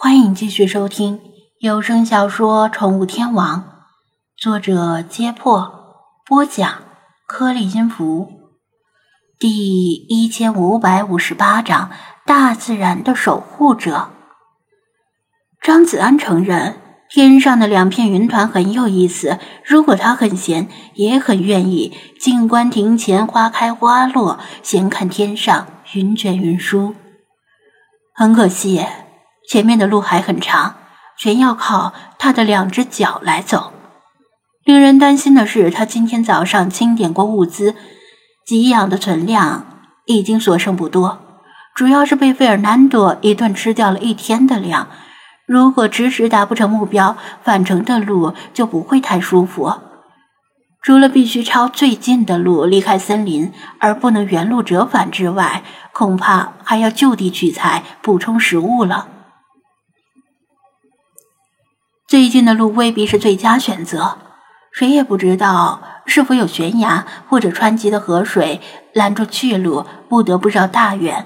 欢迎继续收听有声小说《宠物天王》，作者揭破，播讲颗粒音符，第1558章大自然的守护者。张子安承认天上的两片云团很有意思，如果他很闲，也很愿意静观庭前花开花落，闲看天上云卷云舒。很可惜，前面的路还很长，全要靠他的两只脚来走。令人担心的是，他今天早上清点过物资，给养的存量已经所剩不多，主要是被费尔南多一顿吃掉了一天的量。如果迟迟达不成目标，返程的路就不会太舒服。除了必须抄最近的路离开森林，而不能原路折返之外，恐怕还要就地取材补充食物了。最近的路未必是最佳选择，谁也不知道是否有悬崖或者湍急的河水拦住去路，不得不绕大远。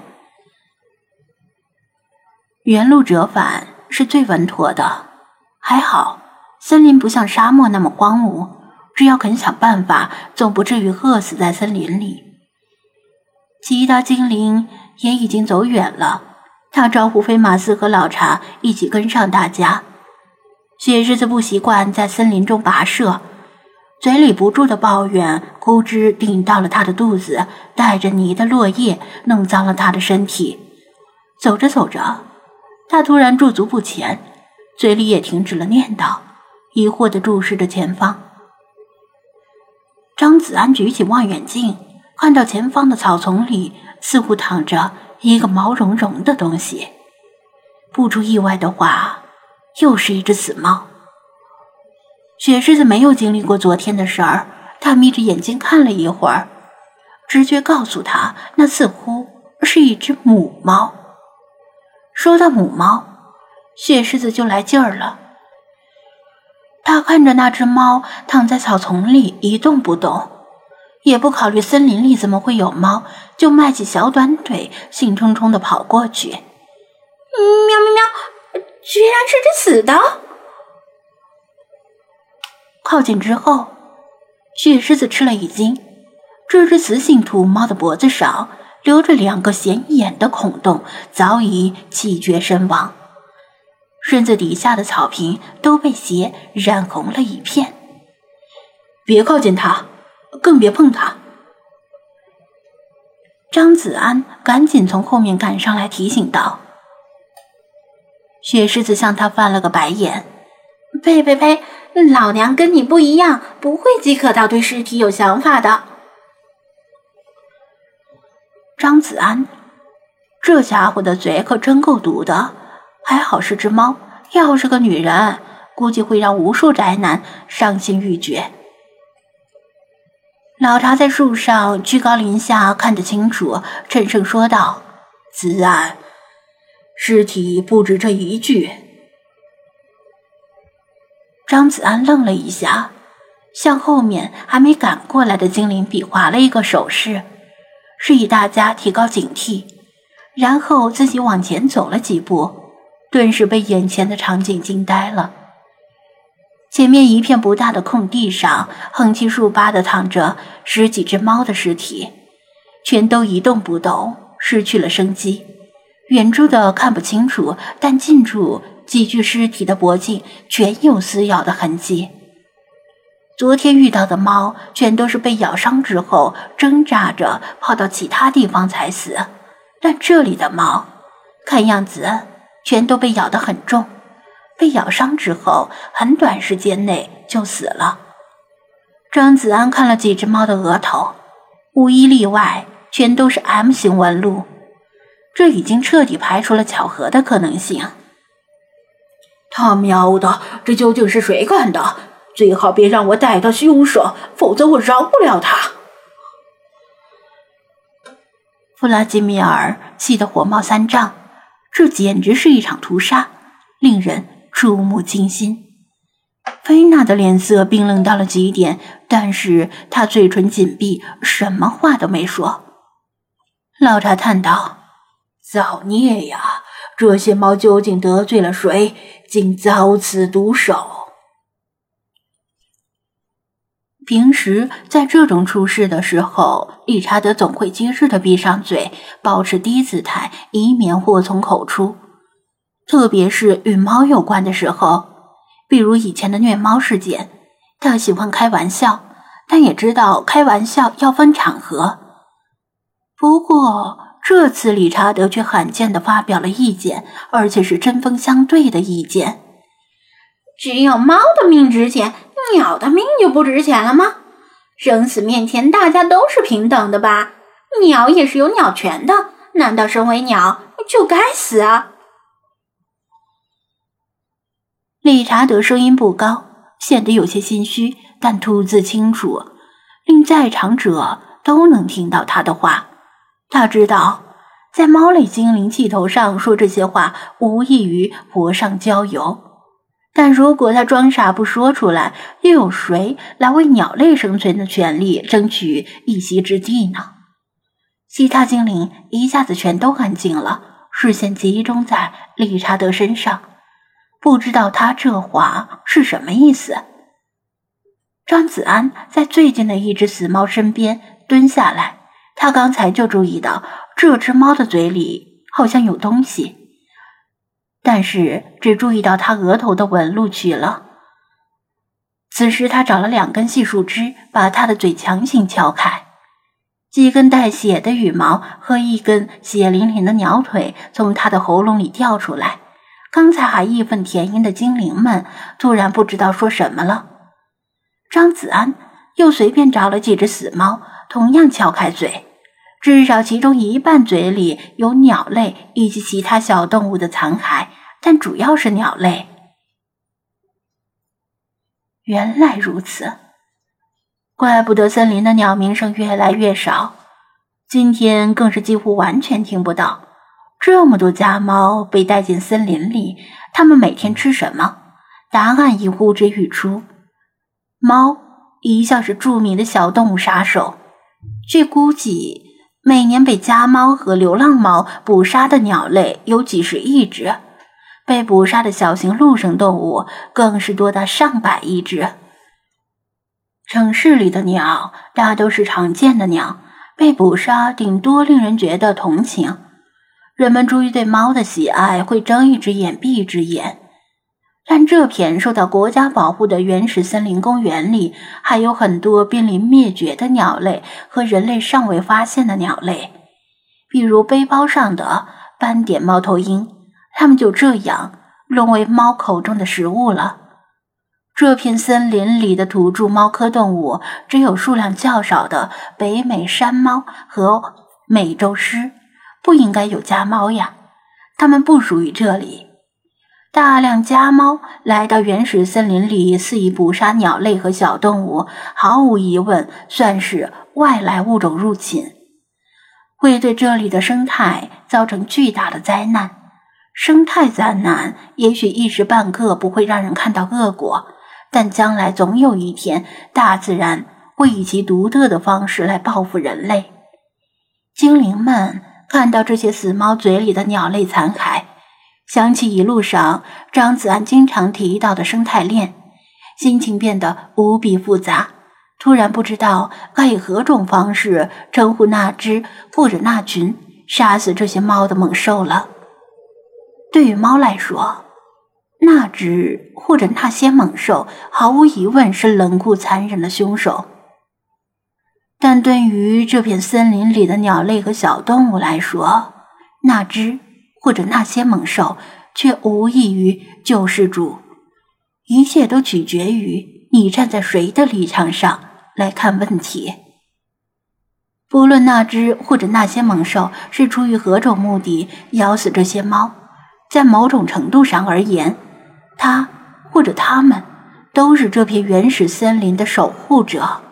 原路折返是最稳妥的，还好森林不像沙漠那么荒芜，只要肯想办法，总不至于饿死在森林里。其他精灵也已经走远了，他招呼菲马斯和老查一起跟上大家。雪狮子不习惯在森林中跋涉，嘴里不住的抱怨枯枝顶到了他的肚子，带着泥的落叶弄脏了他的身体。走着走着，他突然驻足不前，嘴里也停止了念叨，疑惑地注视着前方。张子安举起望远镜，看到前方的草丛里似乎躺着一个毛茸茸的东西，不出意外的话，又是一只死猫。雪狮子没有经历过昨天的事儿，他眯着眼睛看了一会儿，直觉告诉他那似乎是一只母猫。说到母猫，雪狮子就来劲儿了。他看着那只猫躺在草丛里一动不动，也不考虑森林里怎么会有猫，就迈起小短腿兴冲冲地跑过去。喵喵喵，居然是只死的！靠近之后，雪狮子吃了一惊，这只雌性土猫的脖子上留着两个显眼的孔洞，早已气绝身亡，身子底下的草坪都被血染红了一片。别靠近它，更别碰它！张子安赶紧从后面赶上来提醒道。雪狮子向他翻了个白眼，呸呸呸，老娘跟你不一样，不会饥渴到对尸体有想法的。张子安，这家伙的嘴可真够毒的，还好是只猫，要是个女人，估计会让无数宅男伤心欲绝。老查在树上居高临下看得清楚，沉声说道：子安，尸体不止这一具。张子安愣了一下，向后面还没赶过来的精灵比划了一个手势，示意大家提高警惕，然后自己往前走了几步，顿时被眼前的场景惊呆了。前面一片不大的空地上，横七竖八地躺着十几只猫的尸体，全都一动不动，失去了生机。远处的看不清楚，但近处几具尸体的脖颈全有撕咬的痕迹。昨天遇到的猫全都是被咬伤之后挣扎着跑到其他地方才死，但这里的猫看样子全都被咬得很重，被咬伤之后很短时间内就死了。张子安看了几只猫的额头，无一例外全都是 M 型纹路，这已经彻底排除了巧合的可能性。他喵的，这究竟是谁干的？最好别让我逮到凶手，否则我饶不了他。弗拉基米尔气得火冒三丈，这简直是一场屠杀，令人触目惊心。菲娜的脸色冰冷到了极点，但是她嘴唇紧闭，什么话都没说。老查叹道：造孽呀， 这些猫究竟得罪了谁，竟遭此毒手。平时在这种出事的时候，理查德总会机智地闭上嘴，保持低姿态，以免祸从口出。特别是与猫有关的时候，比如以前的虐猫事件，他喜欢开玩笑，但也知道开玩笑要分场合。不过这次理查德却罕见地发表了意见，而且是针锋相对的意见。只有猫的命值钱，鸟的命就不值钱了吗？生死面前大家都是平等的吧？鸟也是有鸟权的，难道身为鸟就该死啊？理查德声音不高，显得有些心虚，但吐字清楚，令在场者都能听到他的话。他知道在猫类精灵气头上说这些话无异于火上浇油，但如果他装傻不说出来，又有谁来为鸟类生存的权利争取一席之地呢？其他精灵一下子全都安静了，视线集中在理查德身上，不知道他这话是什么意思。张子安在最近的一只死猫身边蹲下来，他刚才就注意到这只猫的嘴里好像有东西，但是只注意到它额头的纹路去了。此时他找了2根细树枝，把它的嘴强行撬开，几根带血的羽毛和一根血淋淋的鸟腿从它的喉咙里掉出来。刚才还义愤填膺的精灵们突然不知道说什么了。张子安又随便找了几只死猫，同样撬开嘴，至少其中一半嘴里有鸟类以及其他小动物的残骸，但主要是鸟类。原来如此，怪不得森林的鸟鸣声越来越少，今天更是几乎完全听不到。这么多家猫被带进森林里，它们每天吃什么？答案已呼之欲出。猫一向是著名的小动物杀手，据估计每年被家猫和流浪猫捕杀的鸟类有几十亿只，被捕杀的小型陆生动物更是多达上百亿只。城市里的鸟大都是常见的鸟，被捕杀顶多令人觉得同情。人们出于对猫的喜爱，会睁一只眼闭一只眼。但这片受到国家保护的原始森林公园里，还有很多濒临灭绝的鸟类和人类尚未发现的鸟类，比如背包上的斑点猫头鹰，它们就这样沦为猫口中的食物了。这片森林里的土著猫科动物只有数量较少的北美山猫和美洲狮，不应该有家猫呀，它们不属于这里。大量家猫来到原始森林里肆意捕杀鸟类和小动物，毫无疑问算是外来物种入侵，会对这里的生态造成巨大的灾难。生态灾难也许一时半刻不会让人看到恶果，但将来总有一天，大自然会以其独特的方式来报复人类。精灵们看到这些死猫嘴里的鸟类残骸，想起一路上张子安经常提到的生态链，心情变得无比复杂，突然不知道该以何种方式称呼那只或者那群杀死这些猫的猛兽了。对于猫来说，那只或者那些猛兽毫无疑问是冷酷残忍的凶手，但对于这片森林里的鸟类和小动物来说，那只或者那些猛兽却无异于救世主。一切都取决于你站在谁的立场上来看问题。不论那只或者那些猛兽是出于何种目的咬死这些猫，在某种程度上而言，他或者他们都是这片原始森林的守护者。